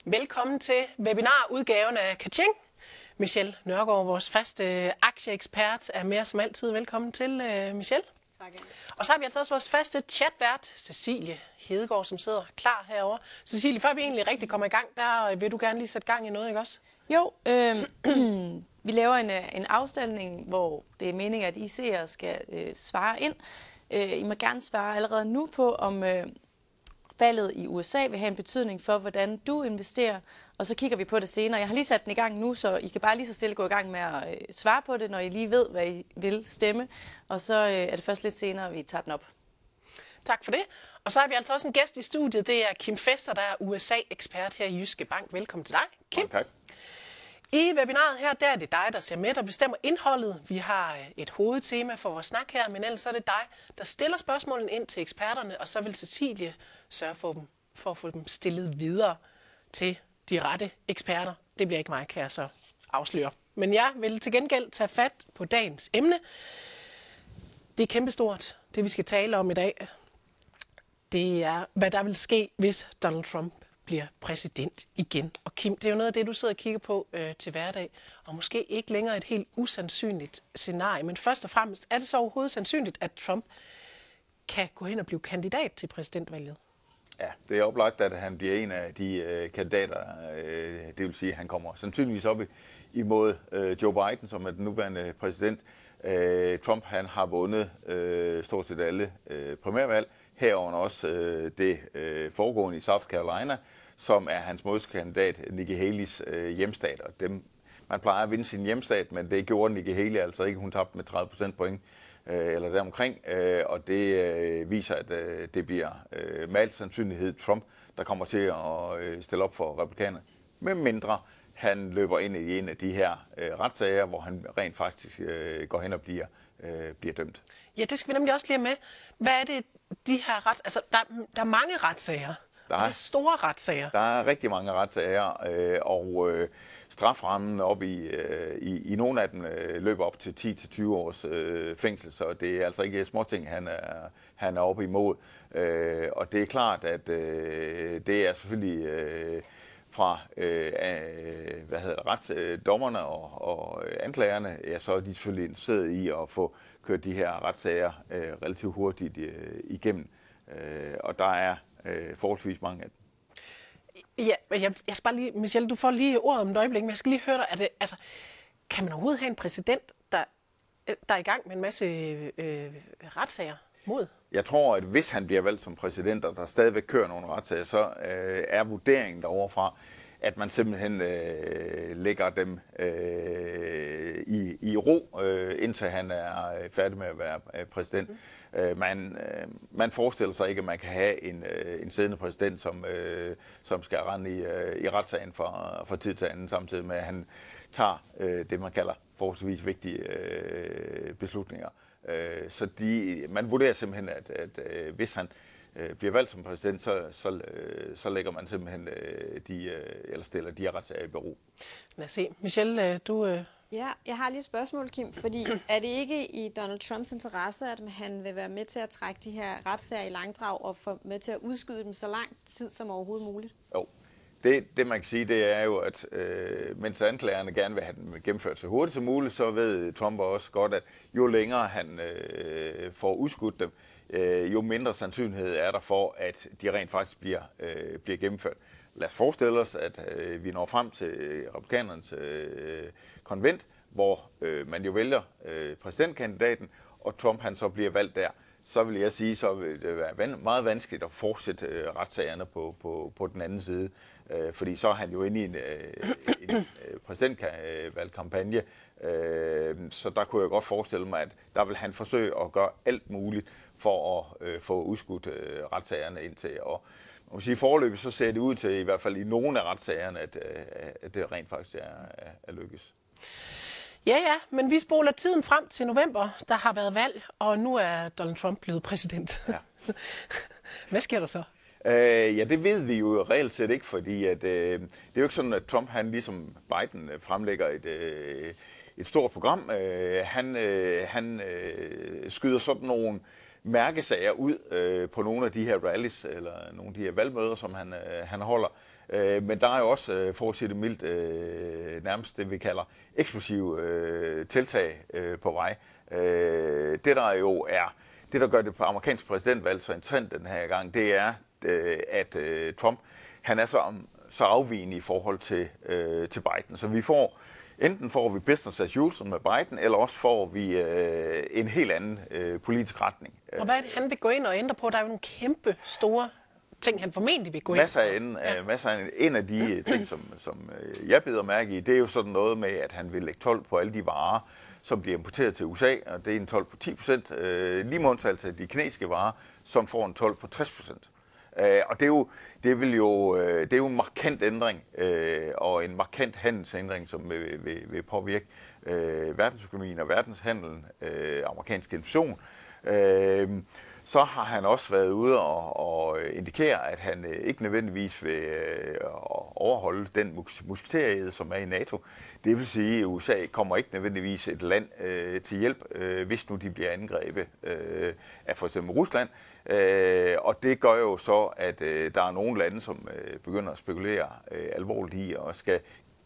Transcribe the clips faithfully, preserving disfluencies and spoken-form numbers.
Velkommen til webinarudgaven af Kaching. Michelle Nørgaard, vores faste aktieekspert, er med som altid. Velkommen til, Michelle. Tak. Og så har vi altså også vores faste chatvært, Cecilie Hedegaard, som sidder klar herovre. Cecilie, før vi egentlig rigtig kommer i gang, der vil du gerne lige sætte gang i noget, ikke også? Jo, øh, vi laver en, en afstemning, hvor det er meningen, at I seere skal øh, svare ind. Øh, I må gerne svare allerede nu på, om øh, faldet i U S A vil have en betydning for, hvordan du investerer, og så kigger vi på det senere. Jeg har lige sat den i gang nu, så I kan bare lige så stille gå i gang med at øh, svare på det, når I lige ved, hvad I vil stemme, og så øh, er det først lidt senere, vi tager den op. Tak for det. Og så har vi altså også en gæst i studiet. Det er Kim Fester, der er U S A-ekspert her i Jyske Bank. Velkommen til dig, Kim. Ja, tak. I webinaret her, der er det dig, der ser med og bestemmer indholdet. Vi har et hovedtema for vores snak her, men ellers er det dig, der stiller spørgsmålene ind til eksperterne, og så vil Cecilie sørge for, dem, for at få dem stillet videre til de rette eksperter. Det bliver ikke mig, kan jeg så afsløre. Men jeg vil til gengæld tage fat på dagens emne. Det er kæmpestort, det vi skal tale om i dag. Det er, hvad der vil ske, hvis Donald Trump bliver præsident igen. Og Kim, det er jo noget af det, du sidder og kigger på øh, til hverdag, og måske ikke længere et helt usandsynligt scenarie, men først og fremmest, er det så overhovedet sandsynligt, at Trump kan gå hen og blive kandidat til præsidentvalget? Ja, det er oplagt, at han bliver en af de øh, kandidater, øh, det vil sige, at han kommer sandsynligvis op imod øh, Joe Biden, som er den nuværende præsident. Øh, Trump, han har vundet øh, stort set alle øh, primærvalg, herunder også øh, det øh, foregående i South Carolina, som er hans modkandidat, Nikki Haley's øh, hjemstat. Og dem, man plejer at vinde sin hjemstat, men det gjorde Nikki Haley altså ikke. Hun tabte med tredive procent point, øh, eller deromkring. Øh, og det øh, viser, at øh, det bliver øh, med al sandsynlighed Trump, der kommer til at øh, stille op for republikanerne. Med mindre han løber ind i en af de her øh, retssager, hvor han rent faktisk øh, går hen og bliver, øh, bliver dømt. Ja, det skal vi nemlig også lige med. Hvad er det, de her ret... Altså, der, der er mange retssager. Der er, der er store retssager. Der er rigtig mange retssager, øh, og øh, straframmen op i, øh, i, i nogle af dem øh, løber op til ti til tyve års øh, fængsel, så det er altså ikke småting, han er, han er oppe imod. Øh, og det er klart, at øh, det er selvfølgelig... Øh, fra øh, hvad hedder det, retsdommerne og, og anklagerne, ja, så er de selvfølgelig interesseret i at få kørt de her retssager øh, relativt hurtigt øh, igennem. Øh, og der er øh, forholdsvis mange af dem. Ja, jeg, jeg skal bare lige, Michelle, du får lige ordet om et øjeblik, men jeg skal lige høre dig, er det, altså, kan man overhovedet have en præsident, der, der er i gang med en masse øh, retssager mod? Jeg tror, at hvis han bliver valgt som præsident, og der stadigvæk kører nogle retssager, så øh, er vurderingen deroverfra, at man simpelthen øh, lægger dem øh, i, i ro, øh, indtil han er færdig med at være præsident. Mm. Øh, man, øh, man forestiller sig ikke, at man kan have en, øh, en siddende præsident, som, øh, som skal rende i, øh, i retssagen fra, fra tid til anden, samtidig med, at han tager øh, det, man kalder forholdsvis vigtige øh, beslutninger. Så de, man vurderer simpelthen, at, at, at hvis han øh, bliver valgt som præsident, så, så, øh, så lægger man simpelthen øh, de, øh, eller stiller de her retssager i bero. Lad os se. Michelle, du... Øh... Ja, jeg har lige et spørgsmål, Kim, fordi er det ikke i Donald Trumps interesse, at han vil være med til at trække de her retssager i langdrag og få med til at udskyde dem så lang tid som overhovedet muligt? Jo. Det, det man kan sige, det er jo, at øh, mens anklagerne gerne vil have den gennemført så hurtigt som muligt, så ved Trump også godt, at jo længere han øh, får udskudt dem, øh, jo mindre sandsynlighed er der for, at de rent faktisk bliver, øh, bliver gennemført. Lad os forestille os, at øh, vi når frem til republikanernes øh, konvent, hvor øh, man jo vælger øh, præsidentkandidaten, og Trump han så bliver valgt der. Så vil jeg sige, så vil det være meget vanskeligt at fortsætte øh, retssagerne på, på, på den anden side. Øh, fordi så er han jo inde i en, øh, en øh, præsidentvalgkampagne. Øh, så der kunne jeg godt forestille mig, at der vil han forsøge at gøre alt muligt for at øh, få udskudt øh, retssagerne indtil. Og man må sige, foreløbig så ser det ud til, i hvert fald i nogle af retssagerne, at, øh, at det rent faktisk er, er, er lykkes. Ja, ja, men vi spoler tiden frem til november. Der har været valg, og nu er Donald Trump blevet præsident. Ja. Hvad sker der så? Øh, ja, det ved vi jo reelt set ikke, fordi at, øh, det er jo ikke sådan, at Trump, han ligesom Biden, fremlægger et, øh, et stort program. Øh, han øh, han øh, skyder sådan nogle mærkesager ud øh, på nogle af de her rallies, eller nogle af de her valgmøder, som han, øh, han holder. Øh, men der er jo også, øh, for at sige det mildt, øh, nærmest det, vi kalder eksplosive øh, tiltag øh, på vej. Øh, det, der jo er, det, der gør det på amerikansk præsidentvalg så interessant den her gang, det er, øh, at øh, Trump, han er så, så afvigende i forhold til, øh, til Biden. Så vi får, enten får vi business as usual med Biden, eller også får vi øh, en helt anden øh, politisk retning. Og hvad er det, han vil gå ind og ændre på? Der er jo nogle kæmpe store ting, han formentlig vil gå ind masser af en, ja. masser af en af de ting, som, som jeg beder mærke i, det er jo sådan noget med, at han vil lægge told på alle de varer, som bliver importeret til U S A, og det er en told på ti procent, øh, lige med undtagelse af de kinesiske varer, som får en told på tres procent. Øh, og det er, jo, det, vil jo, øh, det er jo en markant ændring, øh, og en markant handelsændring, som vil, vil, vil påvirke øh, verdensøkonomien og verdenshandlen, øh, amerikansk inflation. Øh, Så har han også været ude og, og indikere, at han ikke nødvendigvis vil overholde den musketered, som er i NATO. Det vil sige, at U S A kommer ikke nødvendigvis et land øh, til hjælp, øh, hvis nu de bliver angrebet øh, af for eksempel Rusland. Øh, og det gør jo så, at øh, der er nogle lande, som øh, begynder at spekulere øh, alvorligt i og skal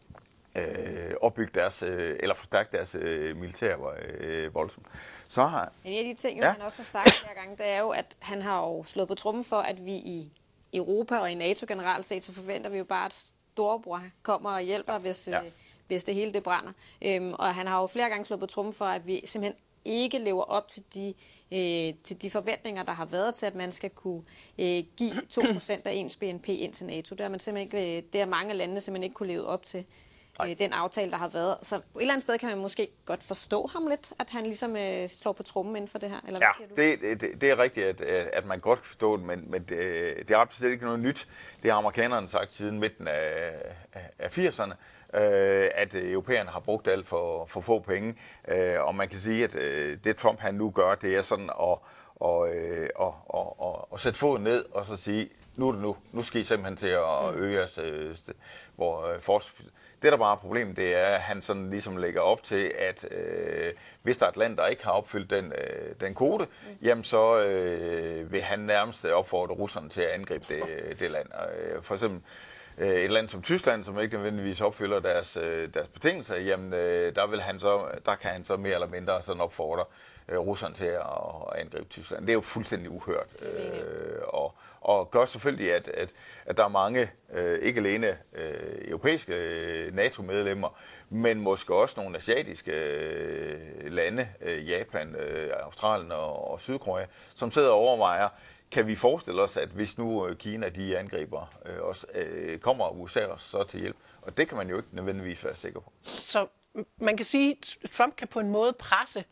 Øh, opbygge deres, øh, eller forstærke deres øh, militær øh, voldsomt. Så har, en af de ting, ja. han også har sagt flere gange, det er jo, at han har jo slået på trummen for, at vi i Europa og i NATO generelt set, så forventer vi jo bare, at storebror kommer og hjælper, hvis, ja. øh, hvis det hele det brænder. Øhm, og han har jo flere gange slået på trummen for, at vi simpelthen ikke lever op til de, øh, til de forventninger, der har været til, at man skal kunne øh, give to procent af ens B N P ind til NATO. Det har man simpelthen ikke, det har mange lande simpelthen ikke kunne leve op til. Øh, den aftale, der har været. Så et eller andet sted kan man måske godt forstå ham lidt, at han ligesom øh, slår på trummen inden for det her. Eller hvad ja, siger du? Det, det, det er rigtigt, at, at man godt kan forstå det, men, men det, det er ret bestemt ikke noget nyt. Det har amerikanerne sagt siden midten af, af firserne, øh, at europæerne har brugt alt for, for få penge. Øh, og man kan sige, at øh, det Trump han nu gør, det er sådan at, og, øh, og, og, og, og sætte foden ned og så sige, nu er det nu. Nu skal I simpelthen til at øge jeres øh, hvor, øh, forskning. Det, der bare er problemet, det er, at han sådan ligesom lægger op til, at øh, hvis der er et land, der ikke har opfyldt den, øh, den kvote, mm. jamen så øh, vil han nærmest opfordre russerne til at angribe det, det land. Øh, for eksempel øh, et land som Tyskland, som ikke nødvendigvis opfylder deres, øh, deres betingelser, jamen øh, der, vil han så, der kan han så mere eller mindre sådan opfordre øh, russerne til at, at angribe Tyskland. Det er jo fuldstændig uhørt. Øh, og Og gør selvfølgelig, at, at, at der er mange, øh, ikke alene øh, europæiske øh, NATO-medlemmer, men måske også nogle asiatiske øh, lande, øh, Japan, øh, Australien og, og Sydkorea, som sidder og overvejer, kan vi forestille os, at hvis nu Kina de angriber øh, os, øh, kommer U S A også så til hjælp? Og det kan man jo ikke nødvendigvis være sikker på. Så man kan sige, at Trump kan på en måde presse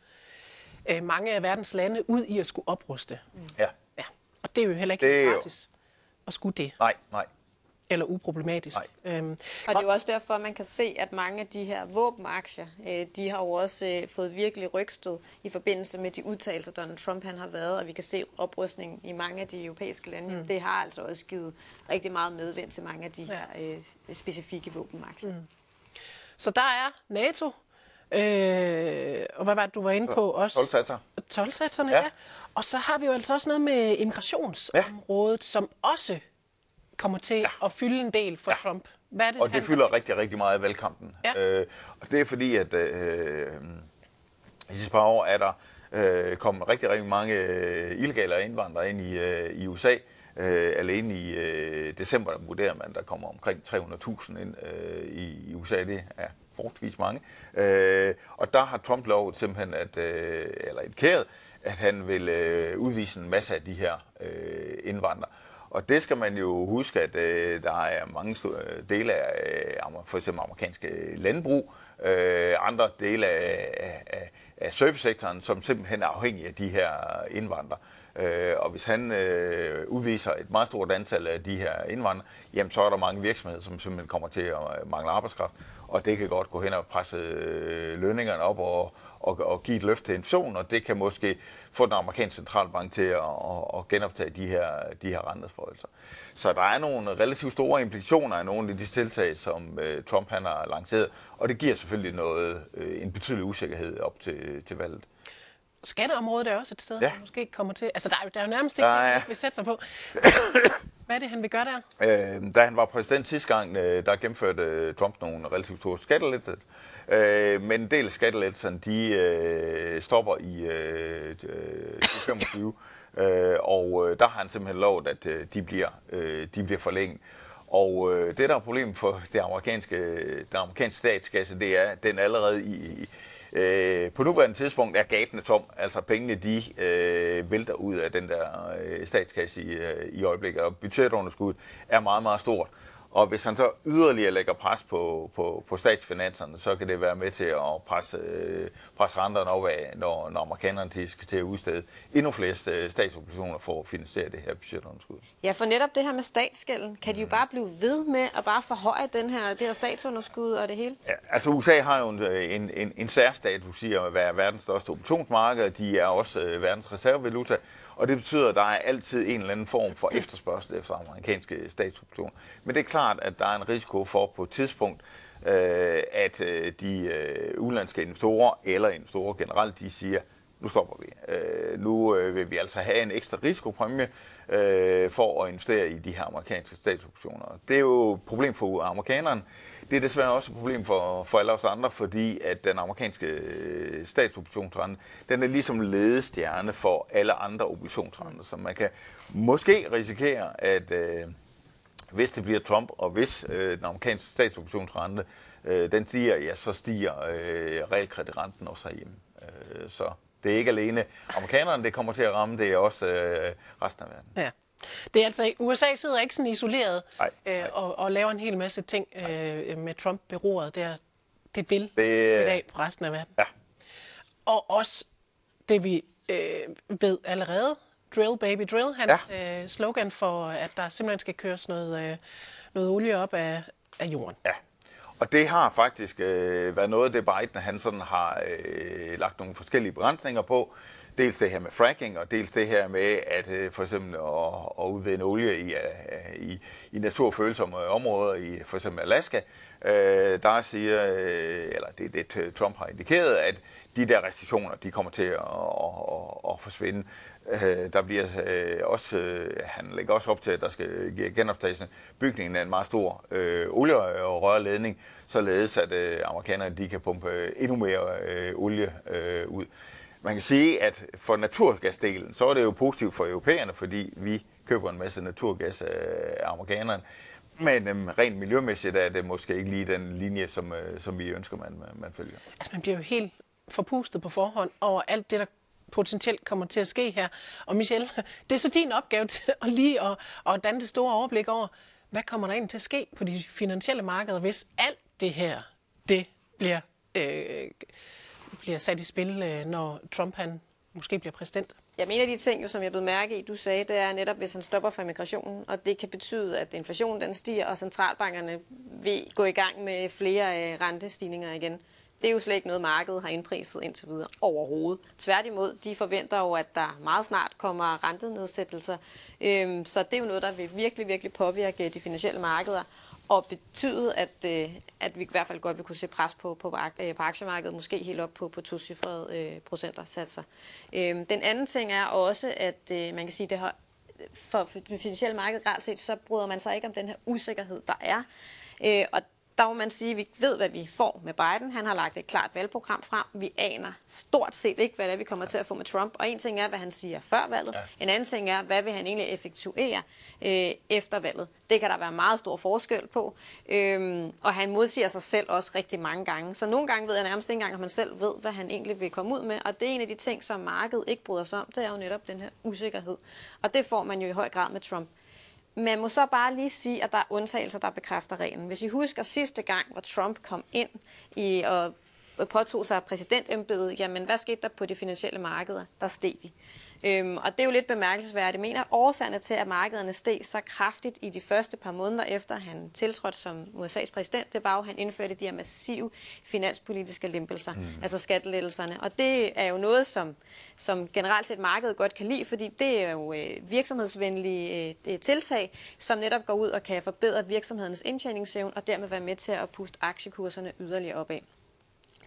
øh, mange af verdens lande ud i at skulle opruste. Mm. Ja. Ja. Og det er jo heller ikke helt gratis at skulle det. Nej, nej. Eller uproblematisk. Øhm, og det er jo også derfor, at man kan se, at mange af de her våbenaktier, øh, de har jo også øh, fået virkelig rygstød i forbindelse med de udtalelser, Donald Trump han har været, og vi kan se oprustningen i mange af de europæiske lande. Mm. Det har altså også givet rigtig meget medvind til mange af de her øh, specifikke våbenaktier. Mm. Så der er NATO, øh, og hvad var det, du var inde så, på også? Toldsatser. Toldsatserne, ja. ja. Og så har vi jo altså også noget med immigrationsområdet, ja. som også kommer til ja. at fylde en del for ja. Trump. Hvad er det, og det fylder rigtig, rigtig, rigtig meget i valgkampen. Ja. Øh, og det er fordi, at øh, i sidste par år er der øh, kommet rigtig, rigtig mange øh, illegale indvandrere ind i, øh, i U S A. Øh, alene i øh, december vurderer man, at der kommer omkring tre hundrede tusind ind øh, i, i U S A. Det er forholdsvis mange. Øh, og der har Trump lovet simpelthen, at, øh, eller indikeret, at han vil øh, udvise en masse af de her øh, indvandrere. Og det skal man jo huske, at øh, der er mange dele af øh, for eksempel amerikanske landbrug, øh, andre dele af, af, af servicesektoren, som simpelthen er afhængige af de her indvandrere. Øh, og hvis han øh, udviser et meget stort antal af de her indvandrere, jamen så er der mange virksomheder, som simpelthen kommer til at mangle arbejdskraft. Og det kan godt gå hen og presse øh, lønningerne op og, og, og give et løft til inflationen, og det kan måske få den amerikanske centralbank til at, at, at genoptage de her, de her renteforholdelser. Så der er nogle relativt store implikationer af nogle af de tiltag, som øh, Trump han har lanceret, og det giver selvfølgelig noget, øh, en betydelig usikkerhed op til, til valget. Skatteområdet er også et sted, ja. der måske kommer til. Altså, der er jo, der er jo nærmest ikke, ja, ja. vi sætter sig på. Hvad er det, han vil gøre der? Øh, da han var præsident sidste gang, øh, der gennemførte øh, Trump nogle relativt store skattelettelser. Øh, men en del af skattelettelserne, de øh, stopper i øh, tyve femogtyve. Øh, og øh, der har han simpelthen lovet, at øh, de, bliver, øh, de bliver forlænget. Og øh, det, der er problemet for det amerikanske, den amerikanske statskasse, det er, at den allerede i, øh, på nuværende tidspunkt er gabende tom. Altså pengene, de øh, vælter ud af den der øh, statskasse i, øh, i øjeblikket, og budgetunderskuddet er meget, meget stort. Og hvis han så yderligere lægger pres på, på, på statsfinanserne, så kan det være med til at presse, øh, presse renterne op af, når, når amerikanerne de skal til at udstede endnu flere statsobligationer for at finansiere det her budgetunderskud. Ja, for netop det her med statsgælden, kan de jo bare blive ved med at bare forhøje den her, det her statsunderskud og det hele? Ja, altså U S A har jo en, en, en, en særstatus i at være verdens største obligationsmarked. De er også øh, verdens reservevaluta. Og det betyder, at der er altid en eller anden form for efterspørgsel efter amerikanske statsobligationer. Men det er klart, at der er en risiko for på et tidspunkt, øh, at øh, de øh, udenlandske investorer eller investorer generelt, de siger, nu stopper vi. Øh, nu øh, vil vi altså have en ekstra risikopræmie øh, for at investere i de her amerikanske statsobligationer. Det er jo et problem for amerikanerne. Det er desværre også et problem for, for alle os andre, fordi at den amerikanske statsobligationsrente, den er ligesom ledestjerne for alle andre obligationsrenter. Så man kan måske risikere, at øh, hvis det bliver Trump, og hvis øh, den amerikanske statsobligationsrente, øh, den stiger, ja, så stiger øh, realkreditrenten også herhjemme. Øh, så det er ikke alene amerikanerne, det kommer til at ramme, det er også øh, resten af verden. Ja. Det er altså, U S A sidder ikke sådan isoleret nej, øh, nej. Og, og laver en hel masse ting øh, med Trump ved roret. Det, er, det vil det af på resten af verden. Ja. Og også det, vi øh, ved allerede, drill baby drill, hans ja. øh, slogan for, at der simpelthen skal køres noget, øh, noget olie op af, af jorden. Ja. Og det har faktisk øh, været noget af det, Biden han sådan har øh, lagt nogle forskellige begrænsninger på. Dels det her med fracking, og dels det her med at øh, for eksempel at, at udvinde olie i, uh, i, i naturfølsomme områder, i for eksempel Alaska. Øh, der siger, øh, eller det er det, Trump har indikeret, at de der restriktioner, de kommer til at, at, at, at forsvinde. Øh, der bliver øh, også, øh, han lægger også op til, at der skal genoptages bygningen af en meget stor øh, olie- og rørledning, således at øh, amerikanerne de kan pumpe endnu mere øh, olie øh, ud. Man kan sige, at for naturgasdelen, så er det jo positivt for europæerne, fordi vi køber en masse naturgas af amerikanerne. Men øhm, rent miljømæssigt er det måske ikke lige den linje, som, øh, som vi ønsker, man, man følger. Altså, man bliver jo helt forpustet på forhånd over alt det, der potentielt kommer til at ske her. Og Michelle, det er så din opgave til at lige at, at danne det store overblik over, hvad kommer der ind til at ske på de finansielle markeder, hvis alt det her, det bliver... Øh, bliver sat i spil, når Trump han måske bliver præsident? Jamen, en af de ting, jo, som jeg blev mærke i, du sagde, det er netop, hvis han stopper for migrationen, og det kan betyde, at inflationen den stiger, og centralbankerne vil gå i gang med flere rentestigninger igen. Det er jo slet ikke noget, markedet har indpriset indtil videre overhovedet. Tværtimod, de forventer jo, at der meget snart kommer rentenedsættelser. Så det er jo noget, der vil virkelig, virkelig påvirke de finansielle markeder, og betyde, at, at vi i hvert fald godt vil kunne se pres på, på, på aktiemarkedet, måske helt op på, på tocifrede øh, procentersatser. Øhm, den anden ting er også, at øh, man kan sige, at for, for det finansielle marked generelt set, så bryder man sig ikke om den her usikkerhed, der er. Øh, og der må man sige, at vi ved, hvad vi får med Biden. Han har lagt et klart valgprogram frem. Vi aner stort set ikke, hvad det er, vi kommer til at få med Trump. Og en ting er, hvad han siger før valget. Ja. En anden ting er, hvad vil han egentlig effektuere øh, efter valget. Det kan der være meget stor forskel på. Øhm, og han modsiger sig selv også rigtig mange gange. Så nogle gange ved jeg nærmest ikke engang, at man selv ved, hvad han egentlig vil komme ud med. Og det er en af de ting, som markedet ikke bryder sig om. Det er jo netop den her usikkerhed. Og det får man jo i høj grad med Trump. Man må så bare lige sige, at der er undtagelser, der bekræfter reglen. Hvis I husker sidste gang, hvor Trump kom ind i og påtog sig præsidentembedet, jamen hvad skete der på de finansielle markeder? Der steg de. Øhm, og det er jo lidt bemærkelsesværdigt. Jeg mener, at årsagerne til, at markederne steg så kraftigt i de første par måneder efter han tiltrådte som U S A's præsident, det var jo, at han indførte de her massive finanspolitiske lempelser, mm. altså skattelettelserne. Og det er jo noget, som, som generelt set markedet godt kan lide, fordi det er jo øh, virksomhedsvenlige øh, tiltag, som netop går ud og kan forbedre virksomhedernes indtjeningsevne og dermed være med til at puste aktiekurserne yderligere opad.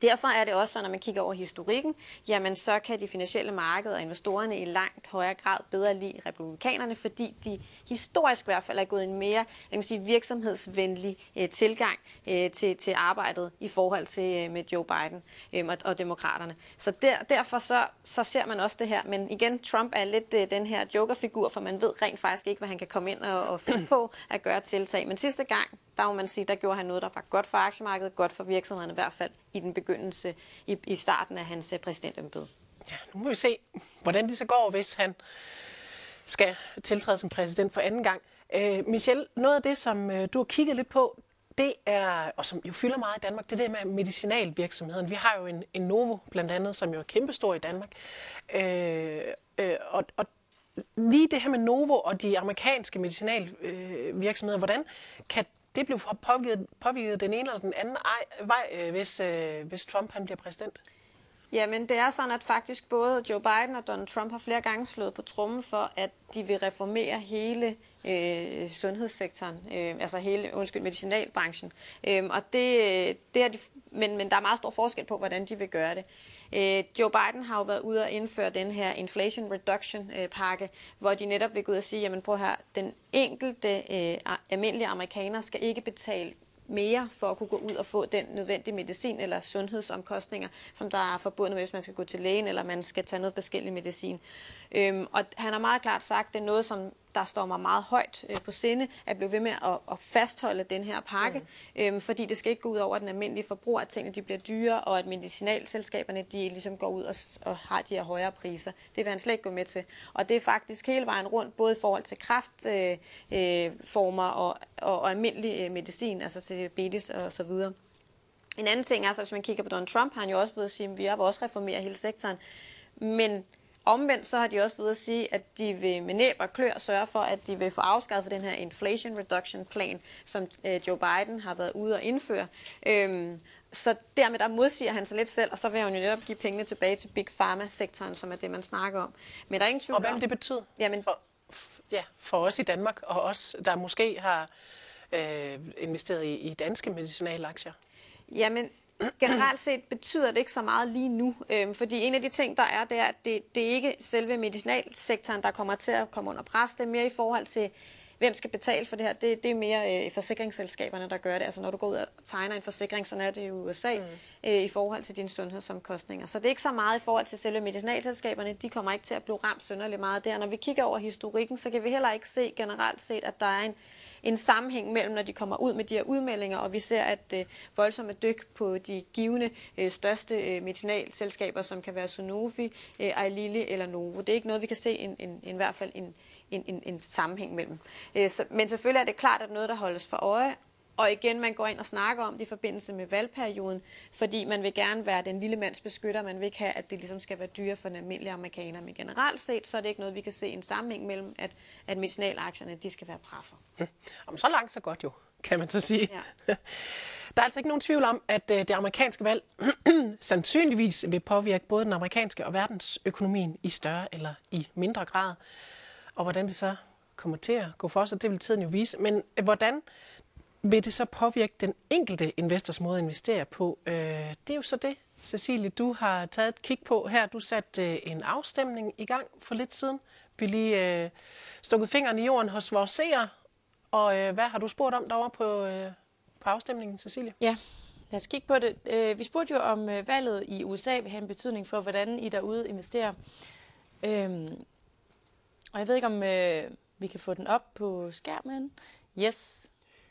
Derfor er det også så, når man kigger over historikken, jamen så kan de finansielle markeder og investorerne i langt højere grad bedre lide republikanerne, fordi de historisk i hvert fald er gået en mere jeg kan sige, virksomhedsvenlig øh, tilgang øh, til, til arbejdet i forhold til øh, med Joe Biden øh, og, og demokraterne. Så der, derfor så, så ser man også det her. Men igen, Trump er lidt øh, den her jokerfigur, for man ved rent faktisk ikke, hvad han kan komme ind og, og finde på at gøre tiltag. Men sidste gang, der må man sige, der gjorde han noget, der var godt for aktiemarkedet, godt for virksomhederne i hvert fald i den begyndelse, i, i starten af hans præsidentembede. Ja, nu må vi se, hvordan det så går, hvis han skal tiltræde som præsident for anden gang. Øh, Michelle, noget af det, som øh, du har kigget lidt på, det er, og som jo fylder meget i Danmark, det er det med medicinalvirksomheden. Vi har jo en, en Novo blandt andet, som jo er kæmpestor i Danmark. Øh, øh, og, og lige det her med Novo og de amerikanske medicinalvirksomheder, øh, hvordan kan det blive påvirket, påvirket den ene eller den anden vej, øh, hvis, øh, hvis Trump han bliver præsident? Jamen, det er sådan, at faktisk både Joe Biden og Donald Trump har flere gange slået på trommen for, at de vil reformere hele øh, sundhedssektoren, øh, altså hele, undskyld, medicinalbranchen. Øh, og det, det er de, men, men der er meget stor forskel på, hvordan de vil gøre det. Øh, Joe Biden har jo været ude og indføre den her Inflation Reduction øh, pakke, hvor de netop vil gå ud og sige, jamen prøv her, den enkelte øh, almindelige amerikaner skal ikke betale mere for at kunne gå ud og få den nødvendige medicin eller sundhedsomkostninger, som der er forbundet med, hvis man skal gå til lægen, eller man skal tage noget forskellig medicin. Øhm, og han har meget klart sagt, at det er noget, som der står mig meget højt øh, på sinde, at blive ved med at, at fastholde den her pakke, mm. øhm, fordi det skal ikke gå ud over den almindelige forbruger, at tingene de bliver dyre, og at medicinalselskaberne de ligesom går ud og, og har de her højere priser. Det vil han slet ikke gå med til. Og det er faktisk hele vejen rundt, både i forhold til kræftformer øh, øh, og, og, og almindelig øh, medicin, altså til diabetes og så videre. En anden ting er, så hvis man kigger på Donald Trump, har han jo også ved at sige, at vi har også reformeret hele sektoren, men omvendt så har de også ved at sige, at de vil med næb og klør sørge for, at de vil få afskaffet den her Inflation Reduction Plan, som øh, Joe Biden har været ude og indføre. Øhm, så dermed der modsiger han sig lidt selv, og så vil han jo netop give pengene tilbage til Big Pharma-sektoren, som er det, man snakker om. Men der er ingen tvivl om... Og hvad det betyder jamen, for, ja, for os i Danmark, og os, der måske har øh, investeret i, i danske medicinalaktier? Jamen, generelt set betyder det ikke så meget lige nu, øhm, fordi en af de ting, der er, det er, at det, det er ikke selve medicinalsektoren, der kommer til at komme under pres. Det er mere i forhold til, hvem skal betale for det her. Det, det er mere øh, forsikringsselskaberne, der gør det. Altså når du går ud og tegner en forsikring, så er det i U S A, mm. øh, i forhold til dine sundhedsomkostninger. Så det er ikke så meget i forhold til selve medicinalselskaberne. De kommer ikke til at blive ramt synderligt meget der. Når vi kigger over historikken, så kan vi heller ikke se generelt set, at der er en en sammenhæng mellem, når de kommer ud med de her udmeldinger, og vi ser, at øh, voldsomme dyk på de givende øh, største øh, medicinalselskaber, som kan være Sanofi, øh, Eli Lilly eller Novo. Det er ikke noget, vi kan se en, en, en, i hvert fald en, en, en, en sammenhæng mellem. Øh, så, men selvfølgelig er det klart, at noget, der holdes for øje, og igen, man går ind og snakker om det i forbindelse med valgperioden, fordi man vil gerne være den lille mands beskytter, man vil ikke have, at det ligesom skal være dyre for den almindelige amerikaner. Men generelt set, så er det ikke noget, vi kan se en sammenhæng mellem, at, at medicinalaktierne, de skal være presset. Mm. Om så langt, så godt jo, kan man så sige. Ja. Der er altså ikke nogen tvivl om, at det amerikanske valg sandsynligvis vil påvirke både den amerikanske og verdensøkonomien i større eller i mindre grad. Og hvordan det så kommer til at gå for sig, det vil tiden jo vise. Men hvordan vil det så påvirke den enkelte investors måde at investere på? Øh, det er jo så det, Cecilie, du har taget et kig på her. Du satte øh, en afstemning i gang for lidt siden. Vi lige øh, stukket fingeren i jorden hos vores seere. Og øh, hvad har du spurgt om derovre på, øh, på afstemningen, Cecilie? Ja, lad os kigge på det. Øh, vi spurgte jo, om øh, valget i U S A vil have en betydning for, hvordan I derude investerer. Øhm, og jeg ved ikke, om øh, vi kan få den op på skærmen. Yes.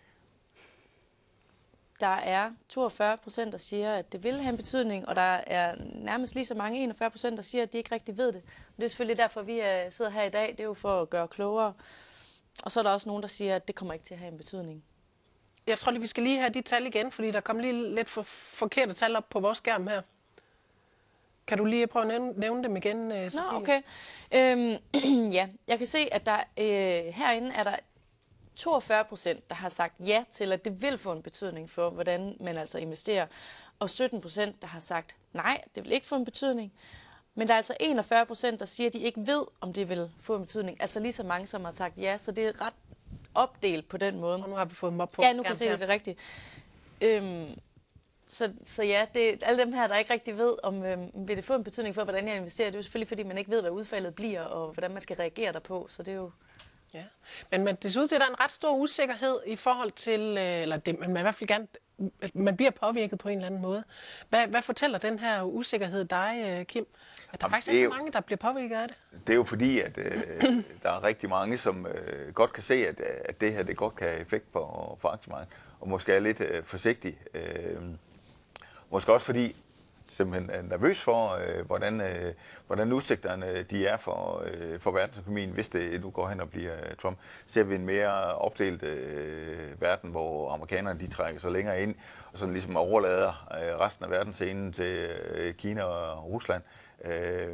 Der er toogfyrre procent, der siger, at det vil have en betydning, og der er nærmest lige så mange, enogfyrre procent, der siger, at de ikke rigtig ved det. Og det er selvfølgelig derfor, vi sidder her i dag. Det er jo for at gøre klogere. Og så er der også nogen, der siger, at det kommer ikke til at have en betydning. Jeg tror lige, vi skal lige have de tal igen, fordi der kom lige lidt for forkerte tal op på vores skærm her. Kan du lige prøve at nævne, nævne dem igen, Cecilie? Nå, okay. Øhm, ja, jeg kan se, at der øh, herinde er der toogfyrre procent, der har sagt ja til, at det vil få en betydning for, hvordan man altså investerer. Og sytten procent, der har sagt nej, det vil ikke få en betydning. Men der er altså enogfyrre procent, der siger, at de ikke ved, om det vil få en betydning. Altså lige så mange, som har sagt ja, så det er ret opdelt på den måde. Og nu har vi fået dem op på Ja, nu kan jeg se, det, det er rigtigt. Øhm, Så, så ja, det er alle dem her, der ikke rigtig ved, om øh, vil det få en betydning for, hvordan jeg investerer. Det er jo selvfølgelig, fordi man ikke ved, hvad udfaldet bliver, og hvordan man skal reagere derpå. Så det er jo... Ja. Men, men det ser ud til, at der er en ret stor usikkerhed i forhold til, øh, eller det, man i hvert fald gerne, man bliver påvirket på en eller anden måde. Hvad, hvad fortæller den her usikkerhed dig, Kim? At der Jamen, faktisk er så jo, mange, der bliver påvirket af det? Det er jo fordi, at øh, der er rigtig mange, som øh, godt kan se, at, at det her det godt kan have effekt på, på aktiemarkedet, og måske er lidt øh, forsigtig. Øh, måske også fordi, simpelthen er nervøs for, øh, hvordan, øh, hvordan udsigterne de er for, øh, for verdensøkonomien, hvis det nu går hen og bliver øh, Trump. Ser vi en mere opdelt øh, verden, hvor amerikanerne de trækker sig længere ind, og sådan ligesom overlader øh, resten af verdensscenen til øh, Kina og Rusland. Øh,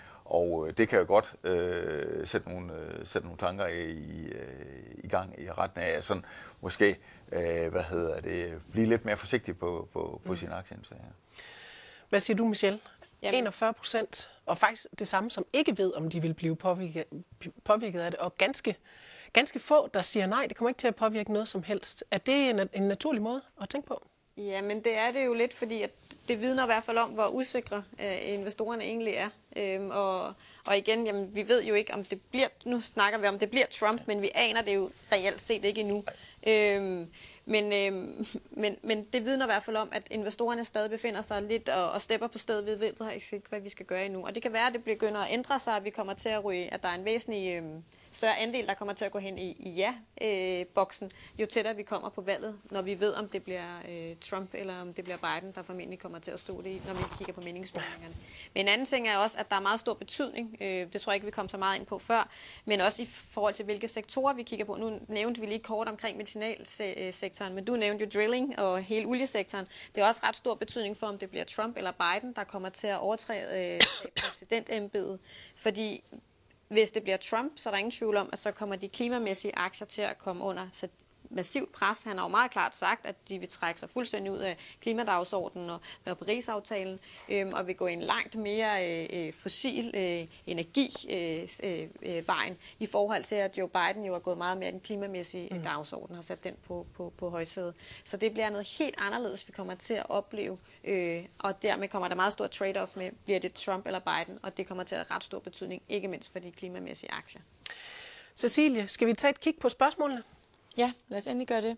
og det kan jo godt øh, sætte, nogle, øh, sætte nogle tanker i, øh, i gang i retten af, sådan måske øh, hvad hedder det, blive lidt mere forsigtig på, på, på mm. sine aktieinvesteringer. Hvad siger du, Michelle? Jamen. enogfyrre procent, og faktisk det samme, som ikke ved, om de vil blive påvirket, påvirket af det, og ganske, ganske få, der siger nej, det kommer ikke til at påvirke noget som helst. Er det en, en naturlig måde at tænke på? Ja, men det er det jo lidt, fordi at det vidner i hvert fald om, hvor usikre øh, investorerne egentlig er. Øhm, og, og igen, jamen, vi ved jo ikke, om det bliver, nu snakker vi om, det bliver Trump, men vi aner det jo reelt set ikke endnu. Øhm, men, øhm, men, men det vidner i hvert fald om, at investorerne stadig befinder sig lidt og, og stepper på stedet. Vi ved ikke, hvad vi skal gøre endnu. Og det kan være, at det begynder at ændre sig, at vi kommer til at ryge, at der er en væsentlig øhm, større andel, der kommer til at gå hen i, i ja-boksen, øh, jo tættere vi kommer på valget, når vi ved, om det bliver øh, Trump eller om det bliver Biden, der formentlig kommer til at stå det i, når vi kigger på meningsmålingerne. Men en anden ting er også, at der er meget stor betydning. Øh, det tror jeg ikke, vi kom så meget ind på før, men også i forhold til, hvilke sektorer vi kigger på. Nu nævnte vi lige kort omkring medicinalsektoren, men du nævnte jo drilling og hele oliesektoren. Det er også ret stor betydning for, om det bliver Trump eller Biden, der kommer til at overtræde øh, præsidentembedet, fordi hvis det bliver Trump, så er der ingen tvivl om, at så kommer de klimamæssige aktier til at komme under så massivt pres. Han har jo meget klart sagt, at de vil trække sig fuldstændig ud af klimadagsordenen og, og Paris-aftalen, øhm, og vil gå en langt mere øh, fossil øh, energi-vejen øh, øh, i forhold til, at Joe Biden jo er gået meget mere i den klimamæssige mm. dagsorden, har sat den på, på, på højsædet. Så det bliver noget helt anderledes, vi kommer til at opleve, øh, og dermed kommer der meget stor trade-off med, bliver det Trump eller Biden, og det kommer til at have ret stor betydning, ikke mindst for de klimamæssige aktier. Cecilie, skal vi tage et kig på spørgsmålene? Ja, lad os endelig gøre det.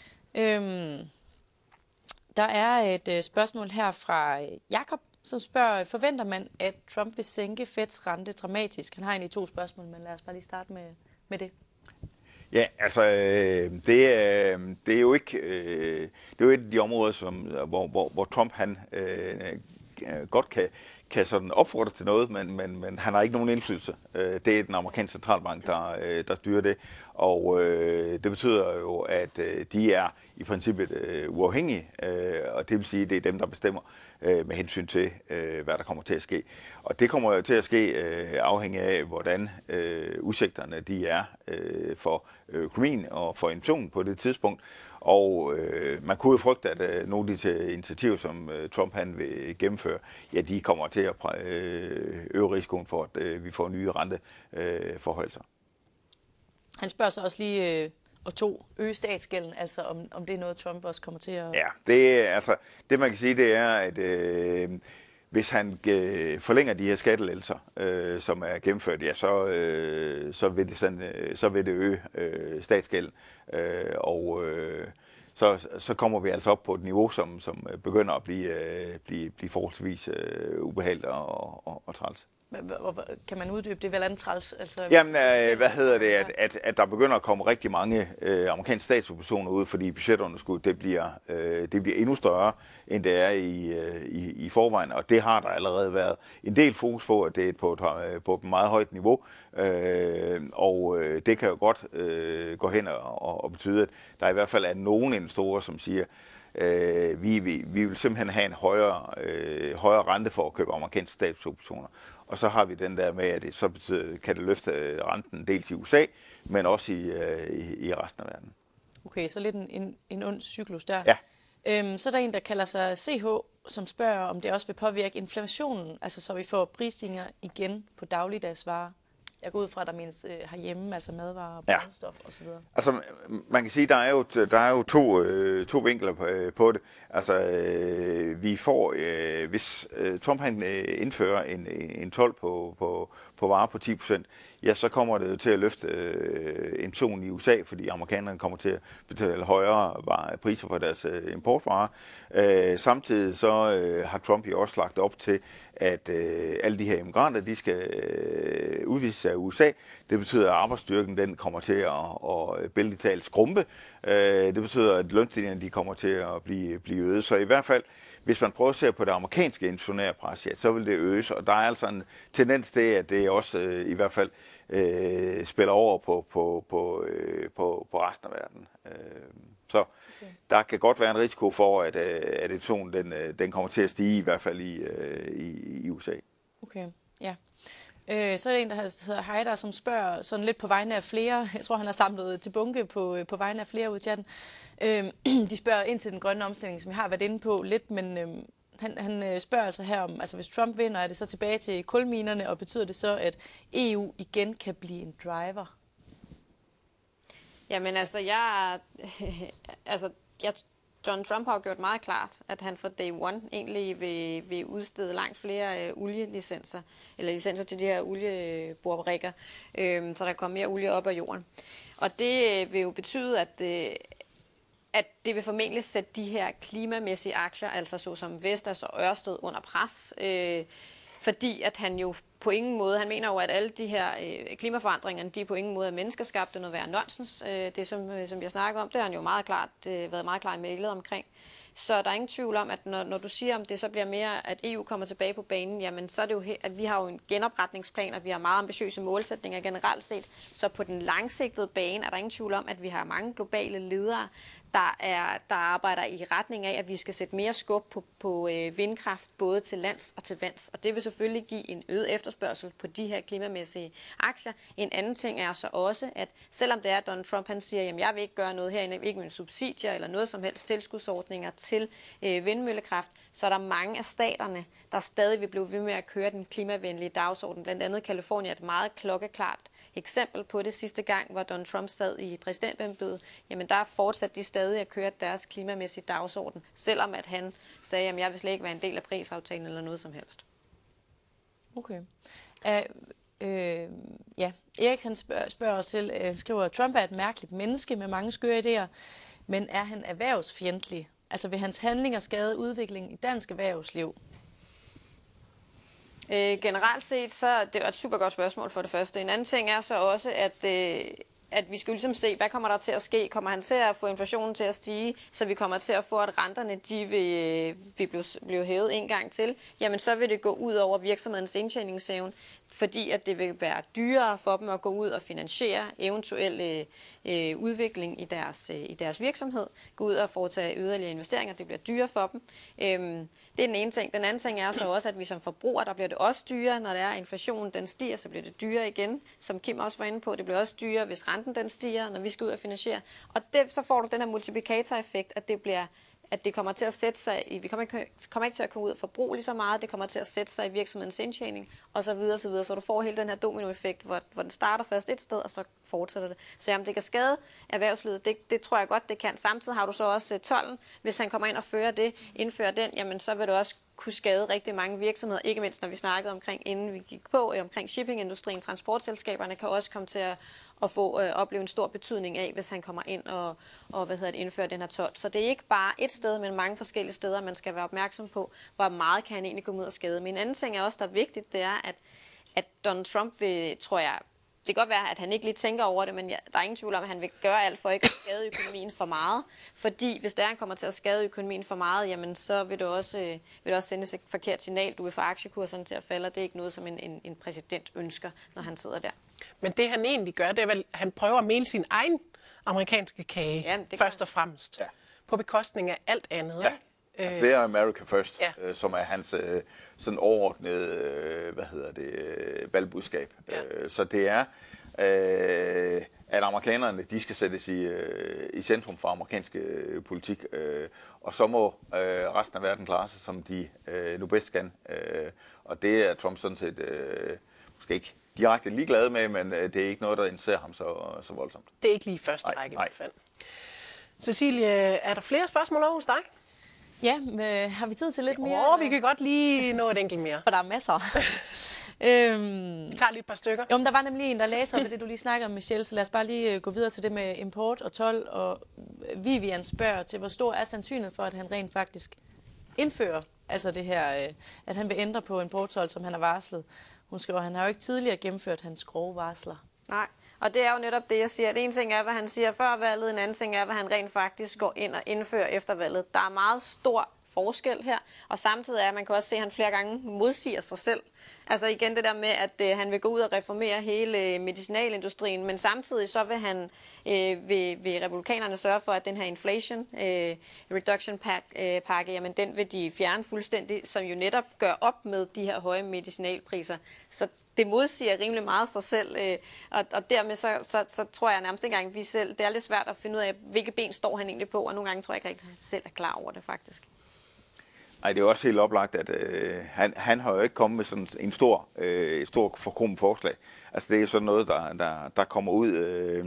Øhm, der er et øh, spørgsmål her fra Jakob, som spørger, forventer man, at Trump vil sænke Feds rente dramatisk? Han har egentlig to spørgsmål, men lad os bare lige starte med, med det. Ja, altså, øh, det, er, det er jo ikke, øh, det er jo et af de områder, som, hvor, hvor, hvor Trump han øh, godt kan, kan sådan opfordre til noget, men, men, men han har ikke nogen indflydelse. Det er den amerikanske centralbank, der, der styrer det, og øh, det betyder jo, at øh, de er i princippet øh, uafhængige, øh, og det vil sige, at det er dem, der bestemmer øh, med hensyn til, øh, hvad der kommer til at ske. Og det kommer jo til at ske øh, afhængig af, hvordan øh, udsigterne de er øh, for økonomien og for inflationen på det tidspunkt. Og øh, man kunne jo frygte, at øh, nogle af de initiativer, som øh, Trump han vil gennemføre, ja, de kommer til at øh, øge risikoen for, at øh, vi får nye renteforhøjelser. Øh, Han spørger så også lige, øh, og to, øge statsgælden, altså om, om det er noget, Trump også kommer til at... Ja, det, altså, det man kan sige, det er, at øh, hvis han øh, forlænger de her skattelettelser, øh, som er gennemført, ja, så, øh, så, vil, det sådan, øh, så vil det øge øh, statsgælden. Øh, og øh, så, så kommer vi altså op på et niveau, som, som begynder at blive, øh, blive, blive forholdsvis øh, ubehageligt og, og, og træls. Kan man uddybe det? Vel andet træls? Altså, Jamen, øh, hvad hedder det? At, at, at der begynder at komme rigtig mange øh, amerikanske statsobligationer ud, fordi budgetunderskud, det bliver, øh, det bliver endnu større, end det er i, øh, i, i forvejen. Og det har der allerede været en del fokus på, at det er på et, på et meget højt niveau. Øh, og øh, det kan jo godt øh, gå hen og, og betyde, at der i hvert fald er nogle investorer, som siger, øh, vi, vi, vi vil simpelthen have en højere, øh, højere rente for at købe amerikanske statsobligationer. Og så har vi den der med, at det så betyder, kan det løfte renten dels i U S A, men også i, i, i resten af verden. Okay, så lidt en, en, en ond cyklus der. Ja. Øhm, så er der en, der kalder sig C H, som spørger, om det også vil påvirke inflationen, altså så vi får prisstigninger igen på dagligdagsvarer. Jeg går ud fra, at der menes øh, herhjemme, altså madvarer, Ja. brændstof osv. Altså, man kan sige, der er jo, der er jo to, øh, to vinkler på, øh, på det. Altså, øh, vi får, øh, hvis øh, Trump han øh, indfører en, en told på, på, på varer på ti procent, ja, så kommer det jo til at løfte øh, inflationen i U S A, fordi amerikanerne kommer til at betale højere varer, priser for deres øh, importvarer. Øh, samtidig så øh, har Trump jo også lagt op til, at øh, alle de her immigranter, de skal øh, udvises af U S A. Det betyder, at arbejdsstyrken den kommer til at, at bældigt talt skrumpe. Øh, det betyder, at lønstigningerne de kommer til at blive, blive øget. Så i hvert fald, hvis man prøver at se på det amerikanske inflationære pres, ja, så vil det øges. Og der er altså en tendens til, at det også øh, i hvert fald øh, spiller over på, på, på, øh, på, på resten af verden. Øh, så okay. Der kan godt være en risiko for, at, at inflationen den, den kommer til at stige, i hvert fald i, i, i U S A. Okay, ja. Øh, så er det en, der hedder Heider, som spørger sådan lidt på vegne af flere. Jeg tror, han har samlet til bunke på, på vegne af flere ud i chatten. Øh, de spørger ind til den grønne omstilling, som vi har været inde på lidt, men øh, han, han spørger altså her om, altså hvis Trump vinder, er det så tilbage til kulminerne, og betyder det så, at E U igen kan blive en driver? Jamen altså, jeg... altså, jeg John Trump har jo gjort meget klart, at han fra day one egentlig vil, vil udstede langt flere øh, olielicenser, eller licenser til de her olieborebrikker, øh, så der kommer mere olie op af jorden. Og det øh, vil jo betyde, at, øh, at det vil formentlig sætte de her klimamæssige aktier, altså såsom Vestas og Ørsted, under pres, øh, fordi at han jo på ingen måde, han mener jo, at alle de her øh, klimaforandringer, de på ingen måde er menneskeskabte, noget være nonsens. Øh, det, som, øh, som jeg snakker om, det har han jo meget klart, øh, været meget klar i mailet omkring. Så der er ingen tvivl om, at når, når du siger, om det så bliver mere, at E U kommer tilbage på banen, jamen så er det jo, at vi har jo en genopretningsplan, og vi har meget ambitiøse målsætninger generelt set. Så på den langsigtede bane er der ingen tvivl om, at vi har mange globale ledere, der, er, der arbejder i retning af, at vi skal sætte mere skub på, på øh, vindkraft, både til lands og til vands. Og det vil selvfølgelig give en øget efterspørgsel på de her klimamæssige aktier. En anden ting er så også, at selvom det er, at Donald Trump han siger, at jeg vil ikke gøre noget herinde, ikke med subsidier eller noget som helst tilskudsordninger til øh, vindmøllekraft, så er der mange af staterne, der stadig vil blive ved med at køre den klimavenlige dagsorden. Blandt andet California er et meget klokkeklart eksempel på det sidste gang, hvor Donald Trump sad i præsidentembedet. Jamen der fortsatte de stadig at køre deres klimamæssige dagsorden, selvom at han sagde, at jeg vil slet ikke være en del af Paris-aftalen eller noget som helst. Okay. Uh, øh, ja, Erik han spørger, spørger os til, uh, skriver, at Trump er et mærkeligt menneske med mange skøre idéer, men er han erhvervsfjendtlig? Altså vil hans handlinger skade udviklingen i dansk erhvervsliv? Øh, generelt set, så det er et super godt spørgsmål for det første. En anden ting er så også, at, øh, at vi skal ligesom se, hvad kommer der til at ske? Kommer han til at få inflationen til at stige, så vi kommer til at få, at renterne de vil, vil blive, blive hævet en gang til? Jamen så vil det gå ud over virksomhedens indtjeningsevne, fordi at det vil være dyrere for dem at gå ud og finansiere eventuel øh, udvikling i deres, øh, i deres virksomhed, gå ud og foretage yderligere investeringer, det bliver dyrere for dem. Øhm, det er den ene ting. Den anden ting er så også, at vi som forbrugere, der bliver det også dyrere, når der er inflationen, den stiger, så bliver det dyrere igen, som Kim også var inde på. Det bliver også dyrere, hvis renten den stiger, når vi skal ud og finansiere. Og det, så får du den her multiplikatoreffekt, at det bliver at det kommer til at sætte sig i, vi kommer ikke, kommer ikke til at komme ud og forbruge lige så meget, det kommer til at sætte sig i virksomhedens indtjening, og så videre, så videre. Så du får hele den her dominoeffekt, hvor, hvor den starter først et sted, og så fortsætter det. Så jamen, det kan skade erhvervslivet, det, det tror jeg godt, det kan. Samtidig har du så også tolden. Hvis han kommer ind og fører det, indfører den, jamen så vil det også kunne skade rigtig mange virksomheder, ikke mindst når vi snakkede omkring, inden vi gik på, omkring shippingindustrien, transportselskaberne kan også komme til at, at få øh, opleve en stor betydning af, hvis han kommer ind og, og hvad hedder det, indfører den her told. Så det er ikke bare et sted, men mange forskellige steder, man skal være opmærksom på, hvor meget kan han egentlig komme ud og skade. Men en anden ting er også, der er vigtigt, det er, at, at Donald Trump vil, tror jeg, det kan godt være, at han ikke lige tænker over det, men ja, der er ingen tvivl om, at han vil gøre alt for ikke at skade økonomien for meget. Fordi hvis der han kommer til at skade økonomien for meget, jamen så vil det også, øh, vil det også sende et forkert signal. Du vil få aktiekurserne til at falde, og det er ikke noget, som en, en, en præsident ønsker, når han sidder der. Men det han egentlig gør, det er vel, at han prøver at mele sin egen amerikanske kage, Jamen, først og fremmest, ja. på bekostning af alt andet. Ja. Altså, det er America First, ja. øh, som er hans øh, sådan overordnede, øh, hvad hedder det, øh, valgbudskab. Ja. Øh, så det er, øh, at amerikanerne, de skal sættes i, øh, i centrum for amerikansk øh, politik, øh, og så må øh, resten af verden klare sig, som de øh, nu bedst kan. Øh, og det er Trump sådan set øh, måske ikke direkte ligeglad med, men øh, det er ikke noget, der interesserer ham så, så voldsomt. Det er ikke lige første Nej, række i nej. hvert fald. Cecilie, er der flere spørgsmål over hos dig? Ja, men har vi tid til lidt mere? Åh, oh, vi kan godt lige nå et enkelt mere. For der er masser. øhm, Vi tager lige et par stykker. Jo, men der var nemlig en, der læser op af det, du lige snakker om, Michelle, så lad os bare lige øh, gå videre til det med import og told. Og Vivian spørger til, hvor stor er sandsynligheden for, at han rent faktisk indfører altså det her, øh, at han vil ændre på importtold, som han har varslet. Hun skriver, at han har jo ikke tidligere gennemført hans grove varsler. Nej, og det er jo netop det, jeg siger. Det ene ting er, hvad han siger før valget, en anden ting er, hvad han rent faktisk går ind og indfører efter valget. Der er meget stor forskel her, og samtidig er, at man kan også se, at han flere gange modsiger sig selv. Altså igen det der med, at øh, han vil gå ud og reformere hele medicinalindustrien, men samtidig så vil han øh, vil, vil republikanerne sørge for, at den her inflation øh, reduction pack, øh, pakke, jamen den vil de fjerne fuldstændig, som jo netop gør op med de her høje medicinalpriser. Så det modsiger rimelig meget sig selv, øh, og, og dermed så, så, så tror jeg nærmest ikke engang, vi selv, det er lidt svært at finde ud af, hvilke ben står han egentlig på, og nogle gange tror jeg ikke rigtig, at han selv er klar over det faktisk. Nej, det er jo også helt oplagt, at øh, han, han har jo ikke kommet med sådan en stor, øh, stor forkromet forslag. Altså det er sådan noget, der, der, der kommer ud øh,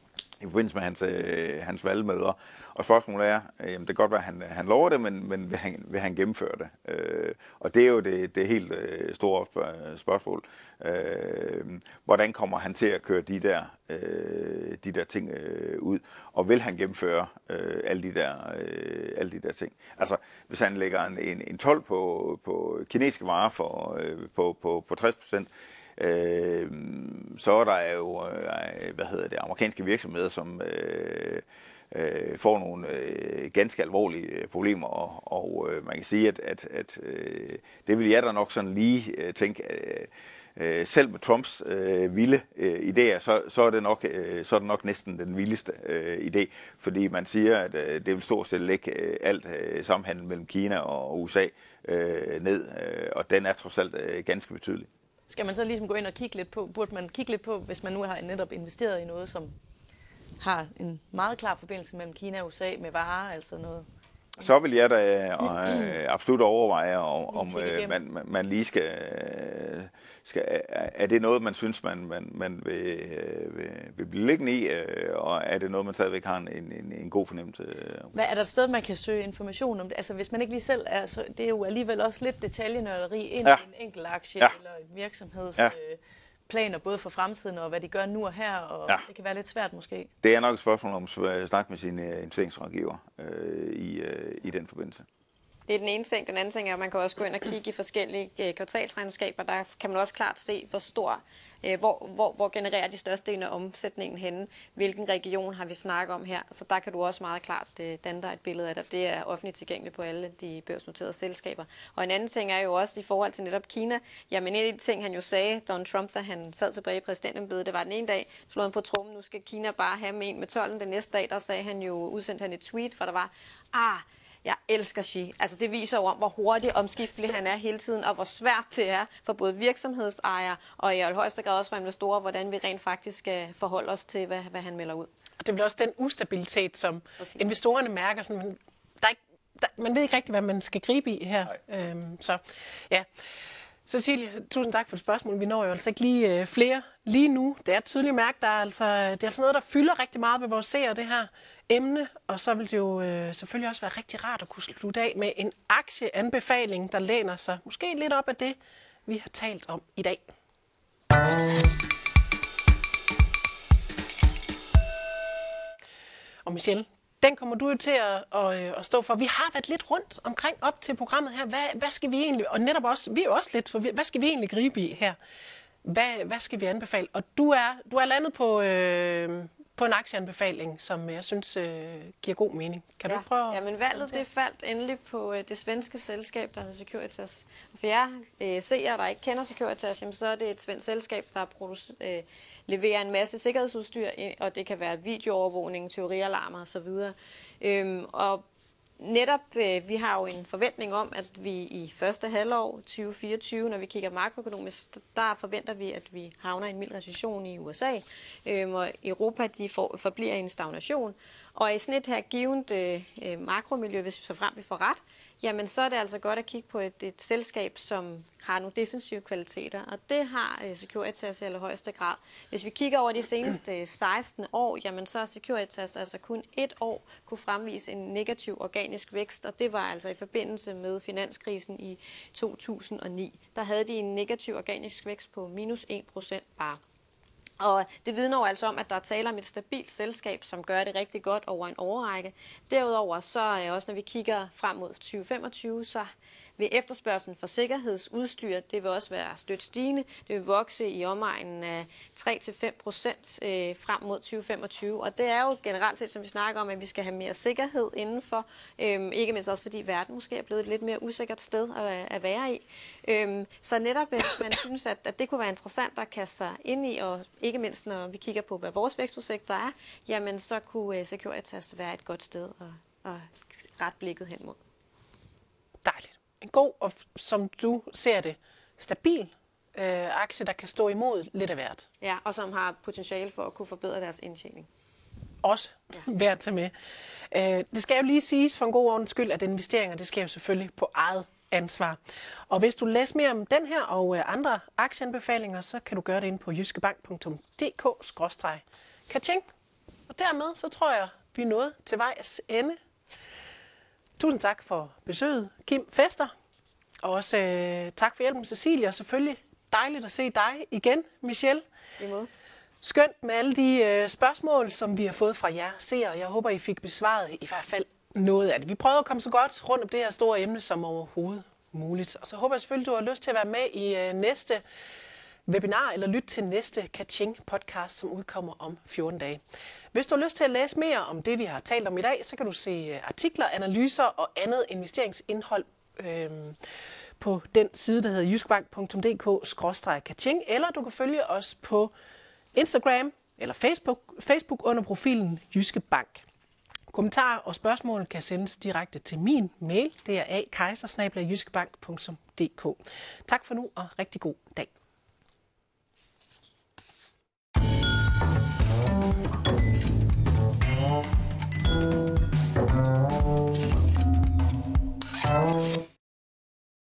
i forbindelse med hans, øh, hans valgmøder. Og spørgsmålet er, øh, det kan godt være, at han, han lover det, men, men vil, han, vil han gennemføre det? Øh, og det er jo det, det helt øh, store spørgsmål. Øh, hvordan kommer han til at køre de der, øh, de der ting øh, ud? Og vil han gennemføre øh, alle, de der, øh, alle de der ting? Altså, hvis han lægger en, en, en told på, på kinesiske varer for, øh, på, på, på tres procent, øh, så er der jo øh, hvad hedder det, amerikanske virksomheder, som øh, øh, får nogle øh, ganske alvorlige problemer, og, og øh, man kan sige, at, at, at øh, det vil jeg da nok sådan lige øh, tænke, øh, øh, selv med Trumps øh, vilde øh, idéer, så, så, er det nok, øh, så er det nok næsten den vildeste øh, idé, fordi man siger, at øh, det vil stort set lægge øh, alt øh, samhandel mellem Kina og U S A øh, ned, øh, og den er trods alt øh, ganske betydelig. Skal man så ligesom gå ind og kigge lidt på, burde man kigge lidt på, hvis man nu har netop investeret i noget, som har en meget klar forbindelse mellem Kina og U S A med varer, altså noget? Så vil jeg da øh, absolut overveje, om, om øh, man, man lige skal, skal... Er det noget, man synes, man, man, man vil, vil, vil blive liggende i, og er det noget, man stadigvæk har en, en, en god fornemmelse? Hvad er der et sted, man kan søge information om det? Altså hvis man ikke lige selv er, så det er jo alligevel også lidt detaljenørderi ind ja. i en enkelt aktie ja. eller en virksomheds... Ja. Øh, planer både for fremtiden og hvad de gør nu og her, og ja. det kan være lidt svært måske. Det er nok et spørgsmål om at snakke med sine investeringsrådgiver øh, i, øh, i den forbindelse. Det er den ene ting. Den anden ting er, at man kan også gå ind og kigge i forskellige øh, kvartalsregnskaber. Der kan man også klart se, hvor stor, øh, hvor, hvor, hvor genererer de største del af omsætningen henne. Hvilken region har vi snakket om her. Så der kan du også meget klart øh, danne dig et billede af det. Det er offentligt tilgængeligt på alle de børsnoterede selskaber. Og en anden ting er jo også i forhold til netop Kina. Jamen en af de ting, han jo sagde, Donald Trump, da han sad tilbage i præsidentembedet, det var den ene dag, slog han på trommen, nu skal Kina bare have med en med tolden. Den næste dag, der sagde han jo, udsendte han et tweet, hvor der var, ah, jeg elsker Xi. Altså det viser jo om, hvor hurtigt omskiftelig han er hele tiden, og hvor svært det er for både virksomhedsejere og i højeste grad også for investorer, hvordan vi rent faktisk skal forholde os til, hvad, hvad han melder ud. Og det bliver også den ustabilitet, som Præcis. investorerne mærker. Sådan, man, der er ikke, der, man ved ikke rigtig, hvad man skal gribe i her. Øhm, så ja. Cecilie, tusind tak for det spørgsmål. Vi når jo altså ikke lige øh, flere lige nu. Det er tydeligt at mærke, der er altså, det er altså noget, der fylder rigtig meget ved vores seere, det her emne. Og så vil det jo øh, selvfølgelig også være rigtig rart at kunne slutte af med en aktieanbefaling, der læner sig måske lidt op af det, vi har talt om i dag. Og Michelle, den kommer du jo til at, at, at stå for. Vi har været lidt rundt omkring op til programmet her. Hvad, hvad skal vi egentlig, og netop også, vi er jo også lidt, for hvad skal vi egentlig gribe i her? Hvad, hvad skal vi anbefale? Og du er, du er landet på, øh, på en aktieanbefaling, som jeg synes øh, giver god mening. Kan ja. du prøve at... Ja, men valget det faldt endelig på øh, det svenske selskab, der hedder Securitas. For jer øh, seere, der ikke kender Securitas, jamen, så er det et svensk selskab, der producerer... Øh, leverer en masse sikkerhedsudstyr, og det kan være videoovervågning, teorialarmer osv. Øhm, og netop, øh, vi har jo en forventning om, at vi i første halvår tyve fireogtyve, når vi kigger makroøkonomisk, der forventer vi, at vi havner i en mild recession i U S A, øhm, og Europa de for, forbliver i en stagnation. Og i sådan et her givet øh, makromiljø, hvis vi så frem vi får ret, jamen så er det altså godt at kigge på et, et selskab, som har nogle defensive kvaliteter, og det har uh, Securitas i allerhøjeste grad. Hvis vi kigger over de seneste seksten år, jamen så har Securitas altså kun et år kunne fremvise en negativ organisk vækst, og det var altså i forbindelse med finanskrisen i to tusind og ni. Der havde de en negativ organisk vækst på minus en procent bare. Og det vidner jo altså om, at der er tale om et stabilt selskab, som gør det rigtig godt over en årrække. Derudover så er også, når vi kigger frem mod tyve femogtyve, så vil efterspørgselen for sikkerhedsudstyr, det vil også være stødt stigende. Det vil vokse i omegnen af tre til fem procent øh, frem mod tyve femogtyve. Og det er jo generelt set, som vi snakker om, at vi skal have mere sikkerhed indenfor. Øhm, ikke mindst også, fordi verden måske er blevet et lidt mere usikkert sted at, at være i. Øhm, så netop, hvis man synes, at, at det kunne være interessant at kaste sig ind i, og ikke mindst, når vi kigger på, hvad vores vækstudsigter er, jamen så kunne uh, Securitas være et godt sted at, at rette blikket hen mod. Dejligt. En god og, som du ser det, stabil øh, aktie, der kan stå imod lidt af hvert. Ja, og som har potentiale for at kunne forbedre deres indtjening. Også ja. Værd at tage med. Øh, det skal jo lige siges for en god ordens skyld, at investeringer, det sker jo selvfølgelig på eget ansvar. Og hvis du læser mere om den her og øh, andre aktieanbefalinger, så kan du gøre det inde på jyskebank punktum d k skråstreg kaching. Og dermed så tror jeg, vi er nået til vejs ende. Tusind tak for besøget, Kim Fester. Og også øh, tak for hjælpen, Cecilia. Og selvfølgelig dejligt at se dig igen, Michelle. I måde. Skønt med alle de øh, spørgsmål, som vi har fået fra jer seere. Jeg håber, I fik besvaret i hvert fald noget af det. Vi prøvede at komme så godt rundt om det her store emne som overhovedet muligt. Og så håber jeg selvfølgelig, du har lyst til at være med i øh, næste webinar eller lytte til næste Kaching podcast, som udkommer om fjorten dage. Hvis du har lyst til at læse mere om det, vi har talt om i dag, så kan du se artikler, analyser og andet investeringsindhold øh, på den side, der hedder jyskebank punktum d k skråstreg kaching, eller du kan følge os på Instagram eller Facebook, Facebook under profilen Jyske Bank. Kommentarer og spørgsmål kan sendes direkte til min mail. Det er a kejser snabel-a jyskebank punktum d k. Tak for nu og rigtig god dag.